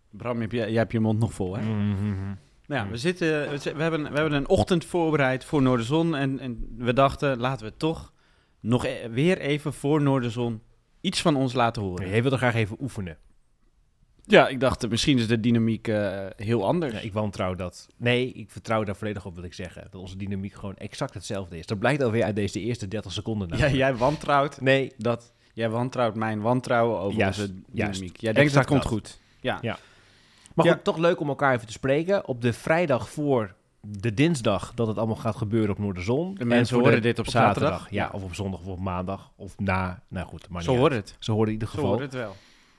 Bram, jij hebt je mond nog vol, hè? Mm-hmm. Nou ja, we hebben een ochtend voorbereid voor Noorderzon en we dachten, laten we toch nog weer even voor Noorderzon iets van ons laten horen. Jij wilde graag even oefenen. Ja, ik dacht, misschien is de dynamiek heel anders. Ja, ik wantrouw dat. Nee, ik vertrouw daar volledig op wat ik zeg. Dat onze dynamiek gewoon exact hetzelfde is. Dat blijkt alweer uit deze eerste 30 seconden. Ja, jij wantrouwt Nee. Jij wantrouwt mijn wantrouwen over onze dynamiek. Jij denkt, exact dat komt dat. goed. Ja. Maar goed, toch leuk om elkaar even te spreken. Op de vrijdag voor de dinsdag dat het allemaal gaat gebeuren op Noorderzon. De mensen horen dit op zaterdag. Ja, of op zondag of op maandag. Of na, nou goed. Maar Zo hoort het. Zo hoort het in ieder geval. Zo hoort het wel.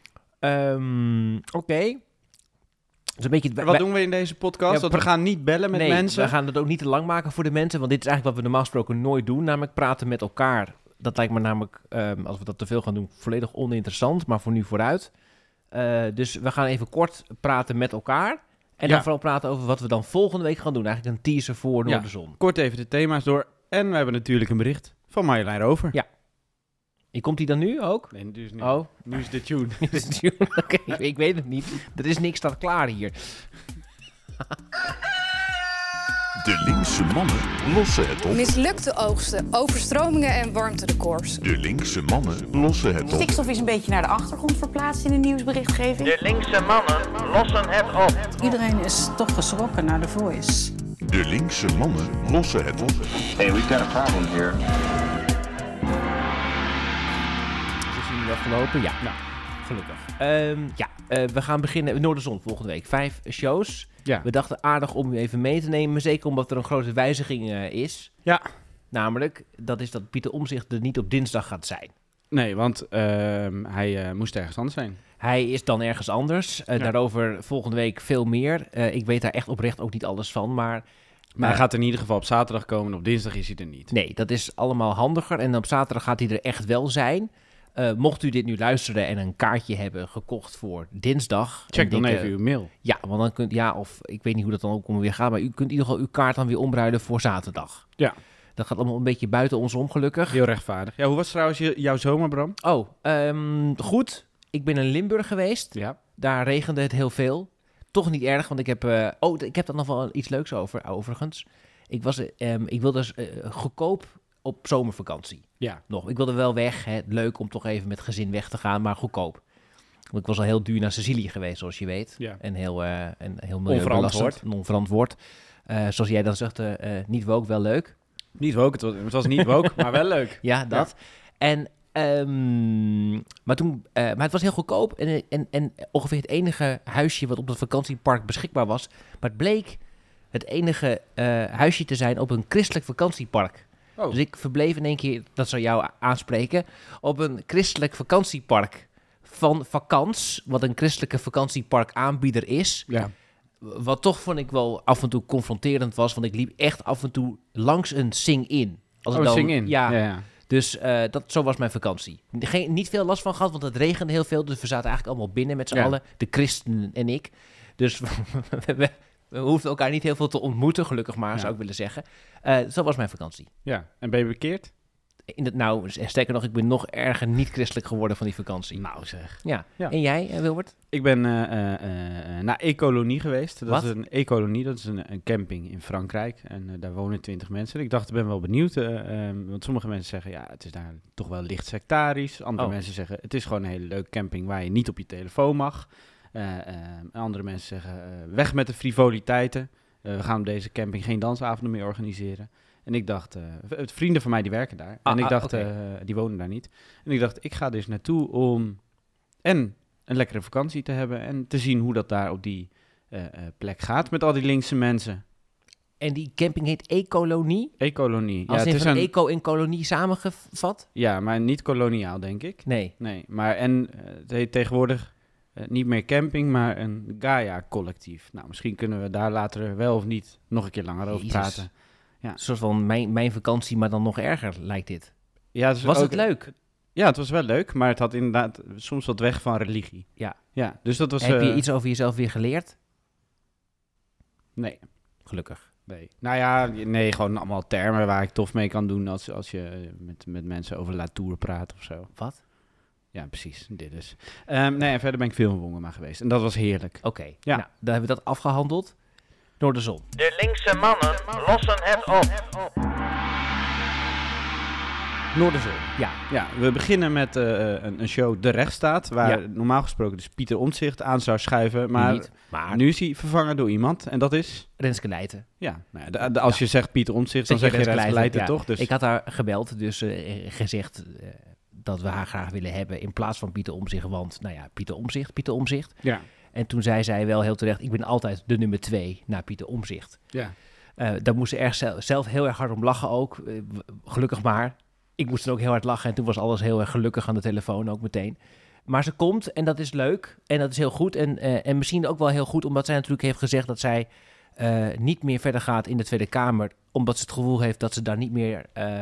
Oké. Dus een beetje Wat doen we in deze podcast? Ja, We gaan niet bellen met mensen. We gaan het ook niet te lang maken voor de mensen. Want dit is eigenlijk wat we normaal gesproken nooit doen. Namelijk praten met elkaar. Dat lijkt me namelijk, als we dat te veel gaan doen, volledig oninteressant. Maar voor nu vooruit. Dus we gaan even kort praten met elkaar. En dan vooral praten over wat we dan volgende week gaan doen. Eigenlijk een teaser voor Noorderzon. Kort even de thema's door. En we hebben natuurlijk een bericht van Marjolein Rover. Ja. Komt die dan nu ook? Nee, dus nu. Oh. Nu is de tune. Oké, ik weet het niet. Er is niks staat klaar hier. De linkse mannen lossen het op. Mislukte oogsten, overstromingen en warmterecords. De linkse mannen lossen het op. Stikstof is een beetje naar de achtergrond verplaatst in de nieuwsberichtgeving. De linkse mannen lossen het op. Iedereen is toch geschrokken naar The Voice. De linkse mannen lossen het op. Hey, we've got a problem here. Is hij nu afgelopen? Ja, nou, gelukkig. We gaan beginnen. Noorderzon volgende week. 5 shows. Ja. We dachten aardig om u even mee te nemen. Zeker omdat er een grote wijziging is. Ja. Namelijk, dat is dat Pieter Omtzigt er niet op dinsdag gaat zijn. Nee, want hij moest ergens anders zijn. Hij is dan ergens anders. Daarover volgende week veel meer. Ik weet daar echt oprecht ook niet alles van, maar hij gaat in ieder geval op zaterdag komen. Op dinsdag is hij er niet. Nee, dat is allemaal handiger. En op zaterdag gaat hij er echt wel zijn. Mocht u dit nu luisteren en een kaartje hebben gekocht voor dinsdag... Check dan even uw mail. Ja, want dan kunt... Ja, of ik weet niet hoe dat dan ook weer gaat... maar u kunt in ieder geval uw kaart dan weer omruilen voor zaterdag. Ja. Dat gaat allemaal een beetje buiten ons om, gelukkig. Heel rechtvaardig. Ja, hoe was trouwens jouw zomer, Bram? Goed. Ik ben in Limburg geweest. Ja. Daar regende het heel veel. Toch niet erg, want ik heb... ik heb daar nog wel iets leuks over, overigens. Ik wilde dus goedkoop op zomervakantie. Ja. Ik wilde wel weg. Leuk om toch even met gezin weg te gaan, maar goedkoop. Want ik was al heel duur naar Sicilië geweest, zoals je weet. Ja. En heel milieubelastend. Onverantwoord. Zoals jij dan zegt, niet woke, wel leuk. Niet woke, het was niet woke, maar wel leuk. Ja, dat. Ja. Maar het was heel goedkoop. En ongeveer het enige huisje wat op het vakantiepark beschikbaar was. Maar het bleek het enige huisje te zijn op een christelijk vakantiepark. Oh. Dus ik verbleef in één keer, dat zou jou aanspreken, op een christelijk vakantiepark van Vakans, wat een christelijke vakantiepark aanbieder is. Ja. Wat toch vond ik wel af en toe confronterend was, want ik liep echt af en toe langs een sing-in. Sing-in? Ja. Dus zo was mijn vakantie. Niet veel last van gehad, want het regende heel veel. Dus we zaten eigenlijk allemaal binnen met z'n allen, de christenen en ik. Dus we hoefden elkaar niet heel veel te ontmoeten, gelukkig maar, zou ik willen zeggen. Zo was mijn vakantie. Ja, en ben je bekeerd? Sterker nog, ik ben nog erger niet-christelijk geworden van die vakantie. Nou zeg. Ja. En jij, Wilbert? Ik ben naar Ecolonie geweest. Wat? Is een Ecolonie, dat is een camping in Frankrijk. En daar wonen 20 mensen. Ik dacht, ik ben wel benieuwd. Want sommige mensen zeggen, ja, het is daar toch wel licht sectarisch. Andere mensen zeggen, het is gewoon een hele leuke camping waar je niet op je telefoon mag. Andere mensen zeggen, weg met de frivoliteiten. We gaan op deze camping geen dansavonden meer organiseren. En ik dacht, vrienden van mij die werken daar. En ik dacht, die wonen daar niet. En ik dacht, ik ga dus naartoe om een lekkere vakantie te hebben. En te zien hoe dat daar op die plek gaat met al die linkse mensen. En die camping heet Ecolonie? Ecolonie. Als ja, in het is van eco en kolonie samengevat? Ja, maar niet koloniaal, denk ik. Nee. Maar het heet tegenwoordig niet meer camping, maar een Gaia-collectief. Nou, misschien kunnen we daar later wel of niet nog een keer langer over praten. Ja. Een soort van mijn vakantie, maar dan nog erger, lijkt dit. Ja, was het leuk? Ja, het was wel leuk, maar het had inderdaad soms wat weg van religie. Ja, dus dat was... Heb je iets over jezelf weer geleerd? Nee. Gelukkig. Nee. Nou ja, nee, gewoon allemaal termen waar ik tof mee kan doen als je met mensen over Latour praat of zo. Wat? Ja, precies. Dit is. En verder ben ik veel in Wongema geweest. En dat was heerlijk. Oké, Ja. nou, dan hebben we dat afgehandeld. Noorderzon. De linkse mannen lossen het op. Noorderzon, ja. Ja, we beginnen met een show De Rechtsstaat. Waar normaal gesproken dus Pieter Omtzigt aan zou schuiven. Maar Niet, maar nu is hij vervangen door iemand. En dat is... Renske Leijten. Ja, nou ja, als je zegt Pieter Omtzigt, dan Zeg zeg je Renske Renske Leijten, ja. toch? Dus Ik had haar gebeld, dus gezegd dat we haar graag willen hebben in plaats van Pieter Omtzigt. Want, nou ja, Pieter Omtzigt. ja. En toen zei zij wel heel terecht, ik ben altijd de nummer 2 na Pieter Omtzigt. Ja. Daar moest ze erg zelf heel erg hard om lachen ook. Gelukkig maar. Ik moest er ook heel hard lachen en toen was alles heel erg gelukkig aan de telefoon ook meteen. Maar ze komt en dat is leuk en dat is heel goed. En misschien ook wel heel goed omdat zij natuurlijk heeft gezegd dat zij niet meer verder gaat in de Tweede Kamer. Omdat ze het gevoel heeft dat ze daar niet meer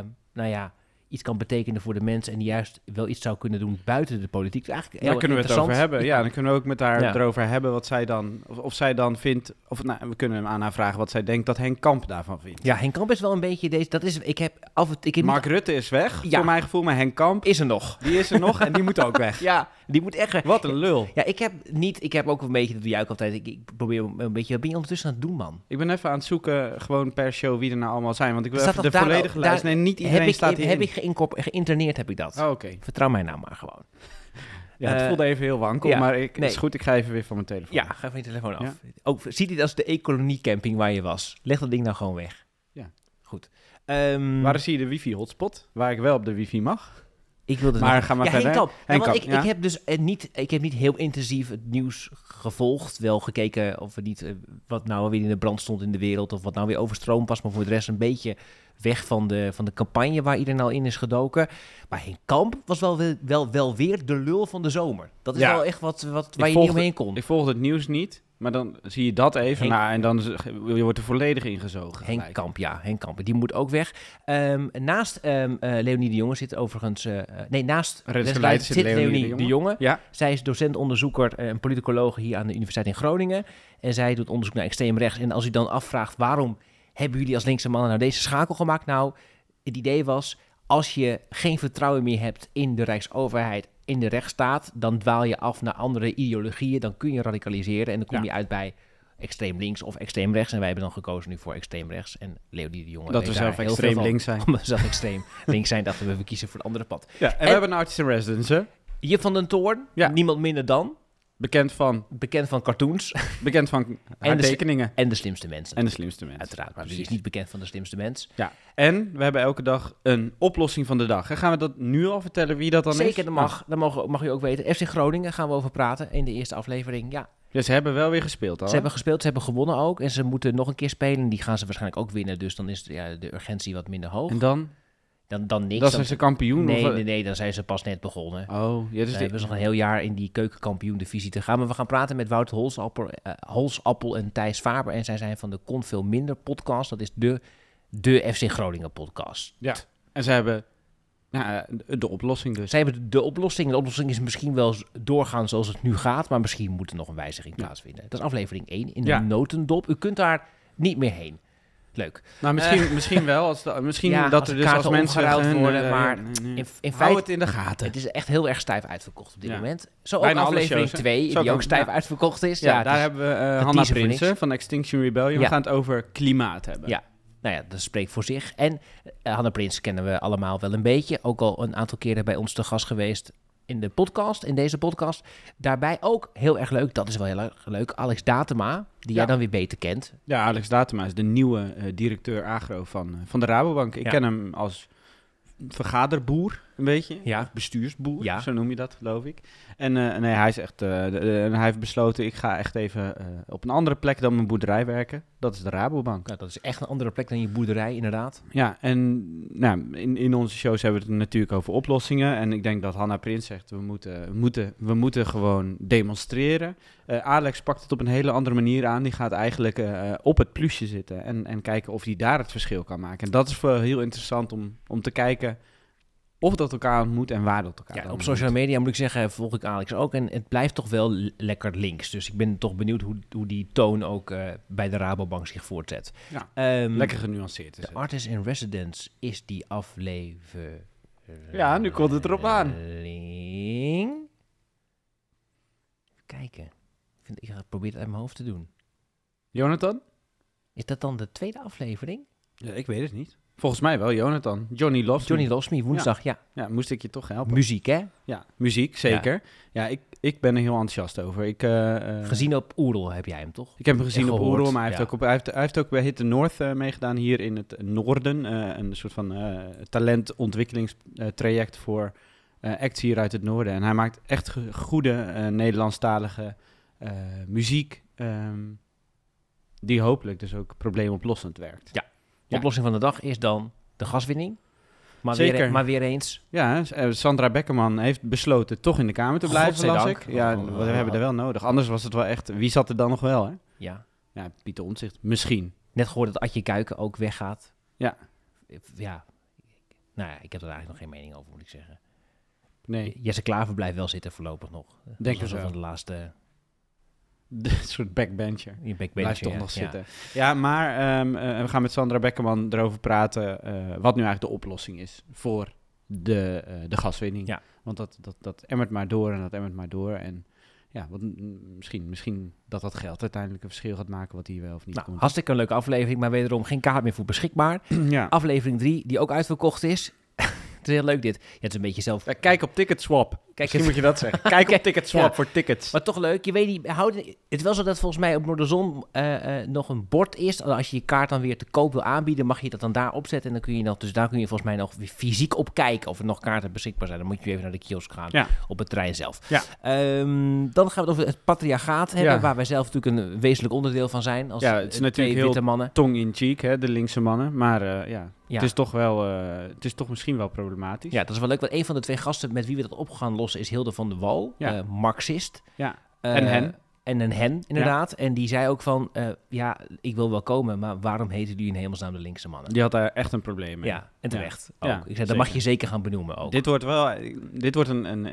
iets kan betekenen voor de mensen. En juist wel iets zou kunnen doen buiten de politiek. Dus eigenlijk heel Daar kunnen we het over hebben. Ja, dan kunnen we ook met haar Ja. erover hebben wat zij dan... Of zij dan vindt... Of nou, we kunnen hem aan haar vragen wat zij denkt dat Henk Kamp daarvan vindt. Ja, Henk Kamp is wel een beetje deze... Dat is, ik heb Mark Rutte is weg, Ja. voor mijn gevoel. Maar Henk Kamp, is er nog. die is er nog en die moet ook weg. Ja, die moet echt... Wat een lul. Ja, ik heb ook een beetje, dat doe jij ook altijd, ik probeer een beetje, wat ben je ondertussen aan het doen, man? Ik ben even aan het zoeken, gewoon per show, wie er nou allemaal zijn. Want ik wil Staat even toch de daar volledige ook- lijst. daar- Nee, niet iedereen staat hierin. Heb ik geïnterneerd, heb ik dat. Oh, oké. Vertrouw mij nou maar gewoon. Ja, het voelde even heel wankel, ja, maar nee. het is goed, ik ga even weer van mijn telefoon. Ja, ga van je telefoon af. Ja. Ook, zie dit als de economiecamping waar je was. Leg dat ding nou gewoon weg. Ja. Goed. Waar is hier de wifi-hotspot? Waar ik wel op de wifi mag. Ik wilde Maar nog- ga maar ja, verder. Henk Kamp. Henk want Kamp, ja. ik heb dus niet heel intensief het nieuws gevolgd. Wel gekeken of er niet wat nou weer in de brand stond in de wereld. Of wat nou weer overstroomd was. Maar voor de rest een beetje weg van de campagne waar iedereen al in is gedoken. Maar Henk Kamp was wel weer de lul van de zomer. Dat is Ja. wel echt wat waar je niet omheen kon. Ik volgde het nieuws niet, maar dan zie je dat even. Henk- En dan je wordt er volledig ingezogen. Henk gelijk. Kamp, ja. Henk Kamp. Die moet ook weg. Naast Leonie de Jonge zit overigens... naast Renske Leijten Leijten zit Leonie de Jonge. Ja, Zij is docent-onderzoeker en politicologe hier aan de Universiteit in Groningen. En zij doet onderzoek naar extreem rechts. En als u dan afvraagt, waarom hebben jullie als linkse mannen nou deze schakel gemaakt? Nou, het idee was, als je geen vertrouwen meer hebt in de Rijksoverheid, in de rechtsstaat, dan dwaal je af naar andere ideologieën. Dan kun je radicaliseren en dan kom je uit bij extreem links of extreem rechts. En wij hebben dan gekozen nu voor extreem rechts. En Leonie de Jonge dat weet we daar zelf heel extreem veel van. links zijn. Omdat we zelf extreem links zijn, dachten we kiezen voor een andere pad. Ja, en we hebben een artist in residence, hè? Jip van den Toorn, Ja. niemand minder dan, Bekend van cartoons haar tekeningen. en de slimste mensen. En de slimste mensen. Uiteraard, maar die Precies. is niet bekend van de slimste mens. Ja, en we hebben elke dag een oplossing van de dag. En gaan we dat nu al vertellen wie dat dan is? Zeker, dat mag. Dat mag u ook weten. FC Groningen gaan we over praten in de eerste aflevering. Ja, Ja, ze hebben wel weer gespeeld al. ze hebben gespeeld, ze hebben gewonnen ook. En ze moeten nog een keer spelen. Die gaan ze waarschijnlijk ook winnen. Dus dan is de urgentie wat minder hoog. En dan? Dan niks. Dat zijn ze kampioen? Nee, dan zijn ze pas net begonnen. Oh, ja, dus We hebben nog een heel jaar in die keukenkampioen-divisie te gaan. Maar we gaan praten met Wout Holsappel en Thijs Faber. En zij zijn van de Kon Veel Minder podcast. Dat is de FC Groningen podcast. Ja, en ze hebben de oplossing dus. Zij hebben de oplossing. De oplossing is misschien wel doorgaan zoals het nu gaat. Maar misschien moet er nog een wijziging plaatsvinden. Dat is aflevering 1 in de notendop. U kunt daar niet meer heen. Leuk. Nou, misschien wel. Misschien ja, dat als er de dus als kaarten mensen omgeruild zeggen, worden, maar in hou feite... het in de gaten. Het is echt heel erg stijf uitverkocht op dit Ja. moment. Zo ook Bijna alle aflevering shows, hè? 2, Zo die ook kan- stijf ja. uitverkocht is. Ja, het daar is- hebben we het Hanna teaser voor Prinsen niks. van Extinction Rebellion. Ja. We gaan het over klimaat hebben. Ja. Nou ja, dat spreekt voor zich. En Hanna Prins kennen we allemaal wel een beetje. Ook al een aantal keren bij ons te gast geweest in de podcast, in deze podcast. Daarbij ook heel erg leuk, dat is wel heel erg leuk, Alex Datema, die jij dan weer beter kent. Ja, Alex Datema is de nieuwe directeur agro van de Rabobank. Ik Ja. ken hem als vergaderboer, een beetje. Ja. Of bestuursboer, Ja. zo noem je dat, geloof ik. En nee, hij is echt, hij heeft besloten, ik ga echt even op een andere plek dan mijn boerderij werken. Dat is de Rabobank. Nou, dat is echt een andere plek dan je boerderij, inderdaad. Ja, en nou, in onze shows hebben we het natuurlijk over oplossingen. En ik denk dat Hanna Prins zegt, we moeten gewoon demonstreren. Alex pakt het op een hele andere manier aan. Die gaat eigenlijk op het plusje zitten en kijken of hij daar het verschil kan maken. En dat is wel heel interessant om te kijken of dat elkaar ontmoet en waar dat elkaar Ja, dan op ontmoet. social media moet ik zeggen, volg ik Alex ook. En het blijft toch wel lekker links. Dus ik ben toch benieuwd hoe die toon ook bij de Rabobank zich voortzet. Ja, Ehm, lekker genuanceerd is De het. Artist in Residence is die aflevering Ja, nu komt het erop aan. Even kijken. Ik ga proberen het uit mijn hoofd te doen. Jonathan? Is dat dan de tweede aflevering? Ja, ik weet het niet. Volgens mij wel, Jonathan. Johnny Loves Me. Johnny Loves Me, woensdag, ja. Ja, moest ik je toch helpen. Muziek, hè? Ja, muziek, zeker. Ja, ik ben er heel enthousiast over. Gezien op Oerl heb jij hem, toch? Ik heb hem gezien op gehoord, Oerol, maar ja. hij heeft ook bij Hit the North meegedaan hier in het noorden. Een soort van talentontwikkelingstraject voor acts hier uit het noorden. En hij maakt echt goede Nederlandstalige muziek, die hopelijk dus ook probleemoplossend werkt. Ja. De oplossing van de dag is dan de gaswinning. Zeker. Maar weer eens. Ja, Sandra Beckerman heeft besloten toch in de Kamer te blijven, las Godzijdank. ik. Ja, we hebben er wel nodig. Anders was het wel echt... Wie zat er dan nog wel, hè? Ja. Ja, Pieter Omtzigt. Misschien. Net gehoord dat Adje Kuiken ook weggaat. Ja. Ja. Nou ja, ik heb er eigenlijk nog geen mening over, moet ik zeggen. Nee. Jesse Klaver blijft wel zitten voorlopig nog. Denk dat er was zo. van de laatste... Een soort backbencher. In backbencher, Blijft toch ja. nog Ja. zitten. Ja, maar we gaan met Sandra Beckerman erover praten wat nu eigenlijk de oplossing is voor de gaswinning. Ja. Want dat emmert maar door en dat emmert maar door. En ja, misschien dat geld uiteindelijk een verschil gaat maken wat hier wel of niet Nou, komt. hartstikke een leuke aflevering, maar wederom geen kaart meer voor beschikbaar. Ja. Aflevering 3, die ook uitverkocht is. Het is heel leuk dit. Ja, het is een beetje zelf... Ja, kijk op Ticketswap. Misschien moet je dat zeggen. Kijk op Ticketswap Ja. voor tickets. Maar toch leuk, je weet niet, het is wel zo dat volgens mij op Noorderzon nog een bord is. Als je je kaart dan weer te koop wil aanbieden, mag je dat dan daar opzetten. En dan kun je nog, dus daar kun je volgens mij nog weer fysiek op kijken of er nog kaarten beschikbaar zijn. Dan moet je even naar de kiosk gaan, Ja. op het trein zelf. Ja. Dan gaan we het over het patriarchaat hebben, Ja. waar wij zelf natuurlijk een wezenlijk onderdeel van zijn. Als Ja, het is natuurlijk twee heel witte mannen. Tong-in-cheek, hè, de linkse mannen. Maar Ja. het is toch wel, het is toch misschien wel problematisch. Ja, dat is wel leuk, want een van de twee gasten met wie we dat op gaan lossen is Hilde van der Wal, Ja. Marxist. Ja. En hen. En een hen, inderdaad. En die zei ook van, ik wil wel komen, maar waarom heten jullie in hemelsnaam de linkse mannen? Die had daar echt een probleem mee. Ja, en terecht Ja. ook. Ja, Ik zei, dat mag zeker. je zeker gaan benoemen ook. Dit wordt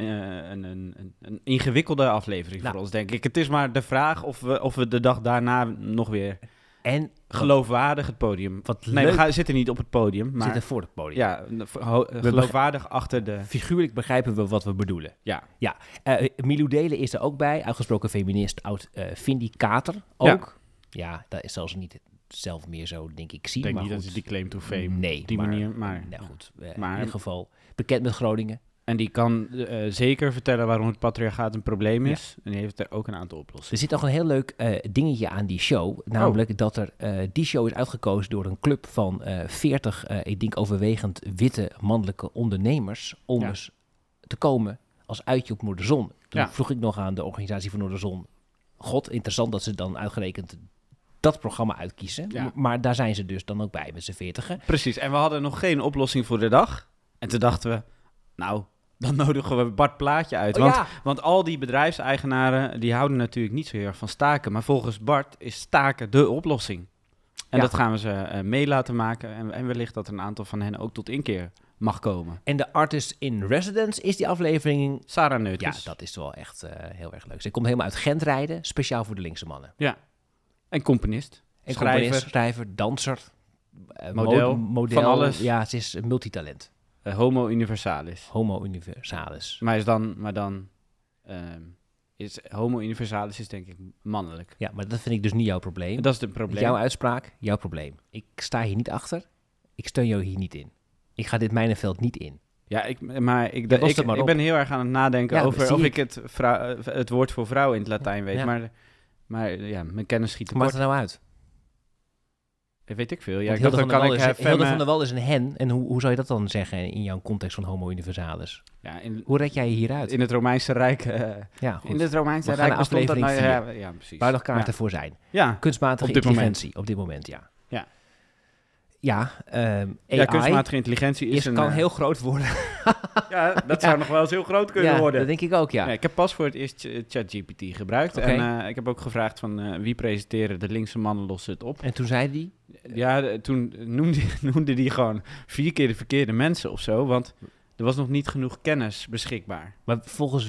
een ingewikkelde aflevering Nou. voor ons, denk ik. Het is maar de vraag of we de dag daarna nog weer En geloofwaardig het podium... wat Nee, leuk, we zitten niet op het podium, we maar zitten voor het podium. ja, geloofwaardig achter de... Figuurlijk begrijpen we wat we bedoelen. Ja, Milou Delen is er ook bij, uitgesproken feminist, oud vindicator ook. Ja, dat is zelfs niet zelf meer zo, denk ik, zien. ik denk maar niet goed. dat ze die claim to fame Nee, op die manier... Maar, nou goed, Maar- in ieder geval bekend met Groningen. En die kan zeker vertellen waarom het patriarchaat een probleem is. En die heeft er ook een aantal oplossingen. Er zit nog een heel leuk dingetje aan die show. Namelijk dat er die show is uitgekozen door een club van 40, ik denk overwegend witte mannelijke ondernemers. Om Ja. eens te komen als uitje op Noorderzon. Toen Ja. vroeg ik nog aan de organisatie van Noorderzon. God, interessant dat ze dan uitgerekend dat programma uitkiezen. Ja. Maar daar zijn ze dus dan ook bij met z'n 40. Precies, en we hadden nog geen oplossing voor de dag. En toen dachten we, nou, dan nodigen we Bart Plaatje uit. Want al die bedrijfseigenaren, die houden natuurlijk niet zo heel erg van staken. Maar volgens Bart is staken de oplossing. En Ja. dat gaan we ze mee laten maken. En wellicht dat een aantal van hen ook tot inkeer mag komen. En de artist in residence is die aflevering. Sarah Ja, Neutjes. dat is wel echt heel erg leuk. Ze komt helemaal uit Gent rijden, speciaal voor de linkse mannen. Ja. En componist. En Schrijver. componist, schrijver, danser, Model, model. van alles. Ja, ze is een multitalent. Homo universalis. Homo universalis. Maar dan is homo universalis is denk ik mannelijk. Ja, maar dat vind ik dus niet jouw probleem. Dat is het probleem. Jouw uitspraak, jouw probleem. Ik sta hier niet achter. Ik steun jou hier niet in. Ik ga dit mijnenveld niet in. Ja, ik lost het maar ik op. ben heel erg aan het nadenken Ja, over zie of ik. ik het woord voor vrouw in het Latijn weet. Ja. Maar ja, mijn kennis schiet Hoe maakt tekort. het nou uit? Weet ik veel. Ja, Want ik dacht, Hilde dan van kan der ik Wal Hilde van femmen... der Wal is een hen. En hoe zou je dat dan zeggen in jouw context van homo universalis? Ja, Hoe red jij je hieruit? in het Romeinse Rijk... Ja, goed. in het Romeinse We gaan Rijk naar bestond dat... aflevering Nou, ja, precies. Waar nog kaarten voor zijn. Ja, Kunstmatige Op dit intelligentie. Op dit moment, ja. Ja. Ja, AI ja, kunstmatige intelligentie is een... kan heel groot worden. Ja, dat zou nog wel eens heel groot kunnen worden. Dat denk ik ook, ja. Ja, ik heb pas voor het eerst ChatGPT gebruikt. Oké. En ik heb ook gevraagd van wie presenteren de linkse mannen lossen het op. En toen zei hij... Ja, toen noemde die gewoon 4 keer de verkeerde mensen of zo. Want er was nog niet genoeg kennis beschikbaar. Maar volgens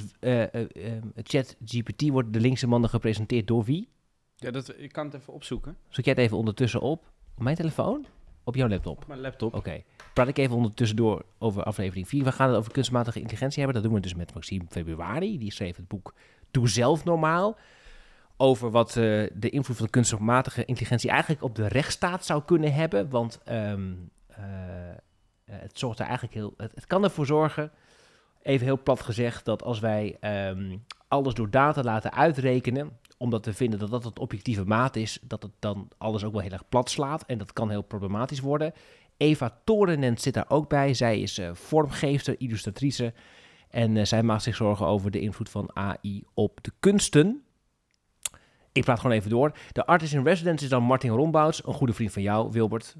ChatGPT worden de linkse mannen gepresenteerd door wie? Ja, ik kan het even opzoeken. Zoek jij het even ondertussen op mijn telefoon? Op jouw laptop? Mijn laptop. Oké. Praat ik even ondertussen door over aflevering 4. We gaan het over kunstmatige intelligentie hebben. Dat doen we dus met Maxime Februari. Die schreef het boek Doe Zelf Normaal. Over wat de invloed van kunstmatige intelligentie eigenlijk op de rechtsstaat zou kunnen hebben. Want het zorgt er eigenlijk het kan ervoor zorgen, even heel plat gezegd, dat als wij alles door data laten uitrekenen, omdat we vinden dat dat het objectieve maat is, dat het dan alles ook wel heel erg plat slaat. En dat kan heel problematisch worden. Eva Torenent zit daar ook bij. Zij is vormgeefster, illustratrice. En zij maakt zich zorgen over de invloed van AI op de kunsten. Ik praat gewoon even door. De artist in residence is dan Martin Rombouts, een goede vriend van jou, Wilbert.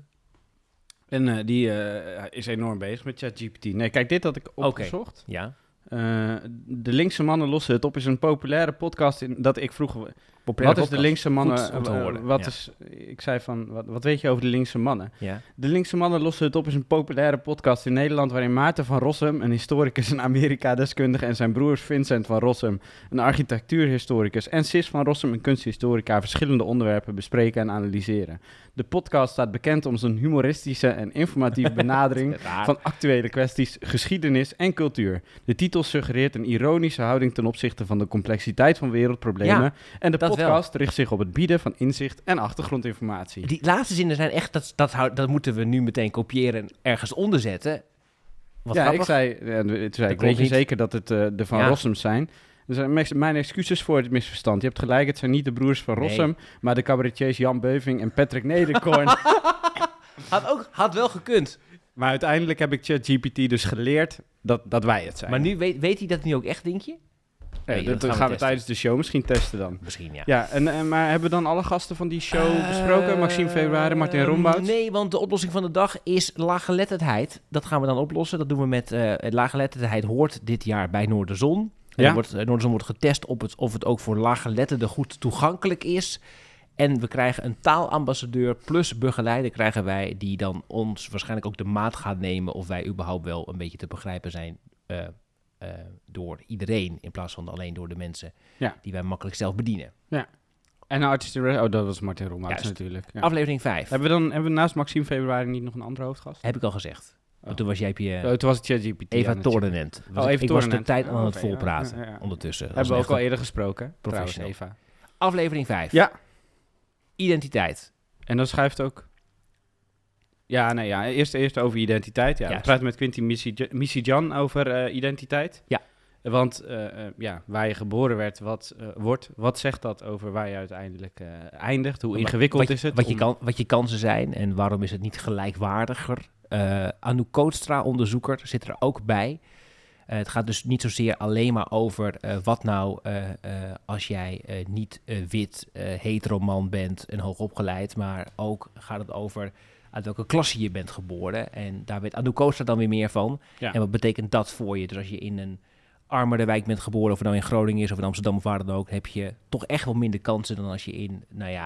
En die is enorm bezig met ChatGPT. Nee, kijk, dit had ik opgezocht. Ja. De linkse mannen lossen het op is een populaire podcast dat ik vroeg. Wat is de linkse mannen? Ik zei van, wat weet je over de linkse mannen? Ja. De linkse mannen lossen het op is een populaire podcast in Nederland waarin Maarten van Rossum, een historicus en Amerika-deskundige, en zijn broers Vincent van Rossum, een architectuurhistoricus, en Sis van Rossum, een kunsthistorica, verschillende onderwerpen bespreken en analyseren. De podcast staat bekend om zijn humoristische en informatieve benadering van actuele kwesties, geschiedenis en cultuur. De titel suggereert een ironische houding ten opzichte van de complexiteit van wereldproblemen. En de podcast richt zich op het bieden van inzicht en achtergrondinformatie. Die laatste zinnen zijn echt, dat moeten we nu meteen kopiëren en ergens onderzetten. Wat grappig. Ik weet je zeker dat het de Van Rossums zijn. Dus mijn excuses voor het misverstand. Je hebt gelijk, het zijn niet de broers van Rossum, maar de cabaretiers Jan Beuving en Patrick Nederkorn. Had wel gekund. Maar uiteindelijk heb ik ChatGPT dus geleerd dat wij het zijn. Maar nu weet hij dat nu ook echt, denk je? Dat gaan we tijdens de show misschien testen dan. Misschien, ja. Ja, maar hebben we dan alle gasten van die show besproken? Maxime Februari, Martin Rombouts? Nee, want de oplossing van de dag is laaggeletterdheid. Dat gaan we dan oplossen. Dat doen we met laaggeletterdheid hoort dit jaar bij Noorderzon. Ja? Noorderzon wordt getest of het ook voor laaggeletterden goed toegankelijk is. En we krijgen een taalambassadeur plus begeleider krijgen wij, die dan ons waarschijnlijk ook de maat gaat nemen of wij überhaupt wel een beetje te begrijpen zijn door iedereen, in plaats van alleen door de mensen die wij makkelijk zelf bedienen. Ja. En een artist dat was Martin Rombouts natuurlijk. Ja. Aflevering 5. Hebben we naast Maxime Februari niet nog een andere hoofdgast? Heb ik al gezegd. Toen was jij toen was het ChatGPT. Eva Torenent. Ik was de tijd aan het volpraten ondertussen. Hebben we ook al eerder gesproken. Professional. Eva. Aflevering 5. Ja. Identiteit. En dan schuift ook... Eerst over identiteit. Ja. We praten met Quinty Misijan over identiteit. Ja. Want waar je geboren werd, wat zegt dat over waar je uiteindelijk eindigt? Hoe ingewikkeld is het? Wat je kansen zijn en waarom is het niet gelijkwaardiger? Anouk Kootstra, onderzoeker, zit er ook bij. Het gaat dus niet zozeer alleen maar over wat nou als jij niet wit, heteroman bent en hoogopgeleid, maar ook gaat het over uit welke klasse je bent geboren. En daar weet Anouk Kootstra dan weer meer van. Ja. En wat betekent dat voor je? Dus als je in een armere wijk bent geboren, of het nou in Groningen is of in Amsterdam of waar dan ook, heb je toch echt wel minder kansen dan als je in,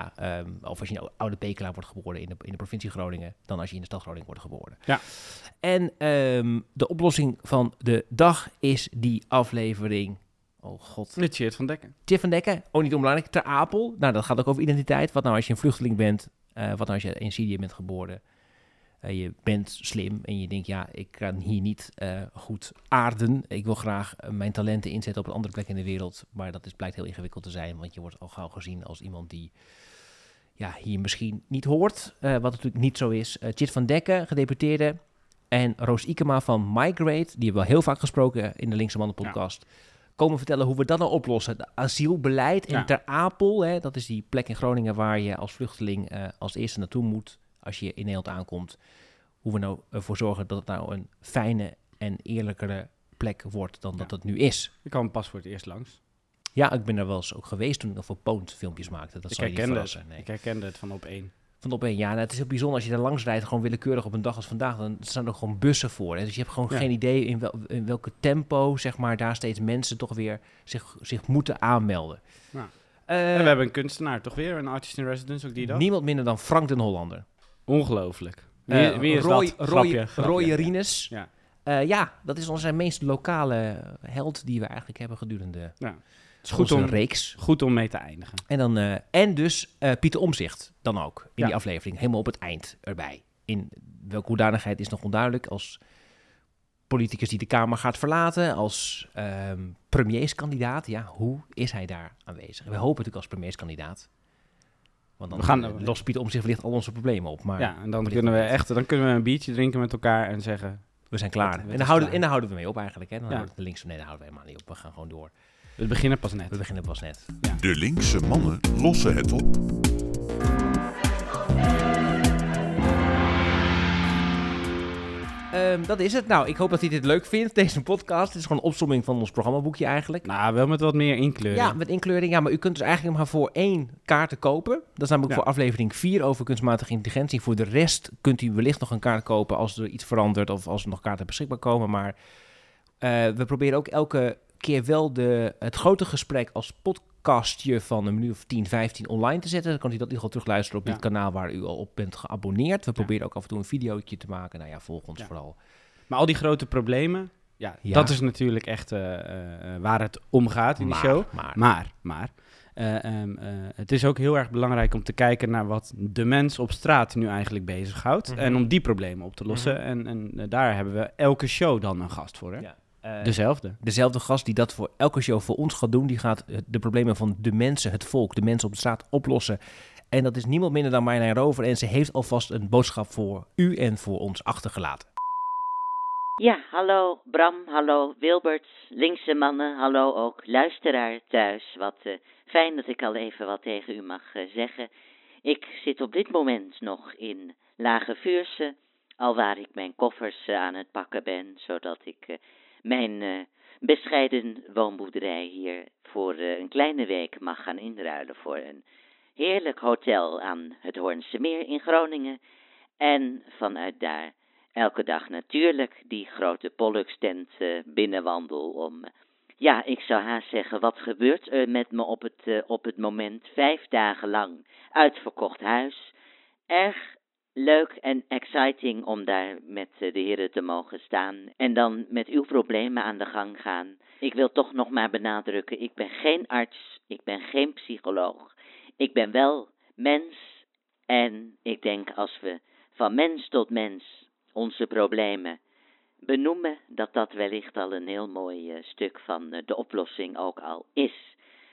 of als je in Oude Pekela wordt geboren in de provincie Groningen, dan als je in de stad Groningen wordt geboren. Ja. En de oplossing van de dag is die aflevering, oh god. Met Tjeerd van Dekken. Tjeerd van Dekken, ook niet onbelangrijk, Ter Apel. Nou, dat gaat ook over identiteit. Wat nou als je een vluchteling bent, wat nou als je in Syrië bent geboren. Je bent slim en je denkt, ik kan hier niet goed aarden. Ik wil graag mijn talenten inzetten op een andere plek in de wereld. Maar dat blijkt heel ingewikkeld te zijn, want je wordt al gauw gezien als iemand die hier misschien niet hoort. Wat natuurlijk niet zo is. Tjeerd van Dekken, gedeputeerde. En Roos Ikema van Migrate, die hebben we heel vaak gesproken in de Linkse Mannen podcast. Komen vertellen hoe we dat nou oplossen. Het asielbeleid in Ter Apel, dat is die plek in Groningen waar je als vluchteling als eerste naartoe moet als je in Nederland aankomt. Hoe we nou ervoor zorgen dat het nou een fijne en eerlijkere plek wordt dan dat het nu is. Ik kwam pas voor het eerst langs. Ja, ik ben daar wel eens ook geweest toen ik nog voor Poont filmpjes maakte. Dat zal je niet verrassen. Nee. Ik herkende het van Op1. Van Op1, het is heel bijzonder als je daar langs rijdt, gewoon willekeurig op een dag als vandaag, dan staan er gewoon bussen voor. Hè? Dus je hebt gewoon geen idee in welke tempo, zeg maar, daar steeds mensen toch weer zich moeten aanmelden. Ja. En we hebben een kunstenaar, toch weer? Een artist in residence, ook die dag? Niemand minder dan Frank den Hollander. Ongelooflijk. Wie is dat? Roy Rines. Ja. Dat is onze meest lokale held die we eigenlijk hebben gedurende het is goed reeks. Goed om mee te eindigen. En dan dus Pieter Omtzigt dan ook in die aflevering. Helemaal op het eind erbij. in welke hoedanigheid is nog onduidelijk. Als politicus die de Kamer gaat verlaten, als premierskandidaat. Ja, hoe is hij daar aanwezig? We hopen natuurlijk als premierskandidaat. Want dan lost Pieter Omtzigt wellicht al onze problemen op. Maar ja, en dan kunnen we een biertje drinken met elkaar en zeggen... We zijn klaar. En daar houden we mee op eigenlijk. Hè? Dan houden we de linkse... Nee, daar houden we helemaal niet op. We gaan gewoon door. We beginnen pas net. Ja. De linkse mannen lossen het op. Dat is het. Nou, ik hoop dat hij dit leuk vindt, deze podcast. Het is gewoon een opsomming van ons programmaboekje eigenlijk. Nou, wel met wat meer inkleuring. Ja, met inkleuring. Ja, maar u kunt dus eigenlijk maar voor 1 kaart te kopen. Dat is namelijk voor aflevering 4 over kunstmatige intelligentie. Voor de rest kunt u wellicht nog een kaart kopen als er iets verandert of als er nog kaarten beschikbaar komen. Maar we proberen ook elke keer wel het grote gesprek als podcastje van een minuut of 10, 15 online te zetten. Dan kan u dat in ieder geval terugluisteren op dit kanaal waar u al op bent geabonneerd. We proberen ook af en toe een videootje te maken. Nou ja, volg ons vooral. Maar al die grote problemen, dat is natuurlijk echt waar het om gaat in die show. Maar het is ook heel erg belangrijk om te kijken naar wat de mens op straat nu eigenlijk bezighoudt. En om die problemen op te lossen. En daar hebben we elke show dan een gast voor, hè? Ja. Dezelfde gast die dat voor elke show voor ons gaat doen. Die gaat de problemen van de mensen, het volk, de mensen op de straat oplossen. En dat is niemand minder dan Marjolein Rover. En ze heeft alvast een boodschap voor u en voor ons achtergelaten. Ja, hallo Bram, hallo Wilbert, linkse mannen, hallo ook luisteraar thuis. Wat fijn dat ik al even wat tegen u mag zeggen. Ik zit op dit moment nog in Lage Vuursche, alwaar ik mijn koffers aan het pakken ben, zodat ik mijn bescheiden woonboerderij hier voor een kleine week mag gaan inruilen voor een heerlijk hotel aan het Hoornse Meer in Groningen. En vanuit daar elke dag natuurlijk die grote Pollux-tent binnenwandel om... Ja, ik zou haast zeggen, wat gebeurt er met me op het moment? 5 dagen lang uitverkocht huis. Erg leuk en exciting om daar met de heren te mogen staan. En dan met uw problemen aan de gang gaan. Ik wil toch nog maar benadrukken, ik ben geen arts, ik ben geen psycholoog. Ik ben wel mens en ik denk als we van mens tot mens onze problemen benoemen, dat wellicht al een heel mooi stuk van de oplossing ook al is.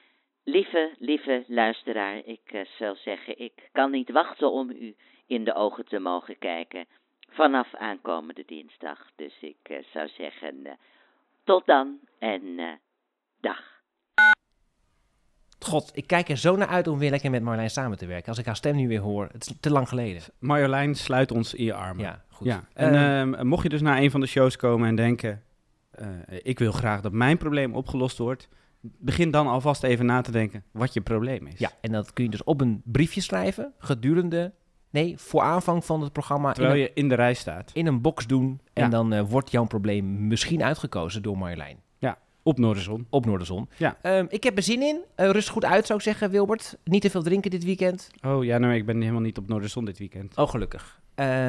Lieve luisteraar, ik zou zeggen, ik kan niet wachten om u in de ogen te mogen kijken vanaf aankomende dinsdag. Dus ik zou zeggen, tot dan en dag. God, ik kijk er zo naar uit om weer lekker met Marjolein samen te werken. Als ik haar stem nu weer hoor, het is te lang geleden. Marjolein, sluit ons in je armen. Ja, goed. Ja. En mocht je dus naar een van de shows komen en denken, ik wil graag dat mijn probleem opgelost wordt, begin dan alvast even na te denken wat je probleem is. Ja, en dat kun je dus op een briefje schrijven, voor aanvang van het programma. Terwijl je in de rij staat. In een box doen en dan wordt jouw probleem misschien uitgekozen door Marjolein. Ja, op Noorderzon. Ja. Ik heb er zin in. Rust goed uit, zou ik zeggen, Wilbert. Niet te veel drinken dit weekend. Oh ja, nee, ik ben helemaal niet op Noorderzon dit weekend. Oh, gelukkig.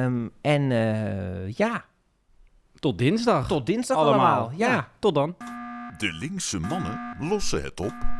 Tot dinsdag. Tot dinsdag allemaal. Ja, tot dan. De linkse mannen lossen het op.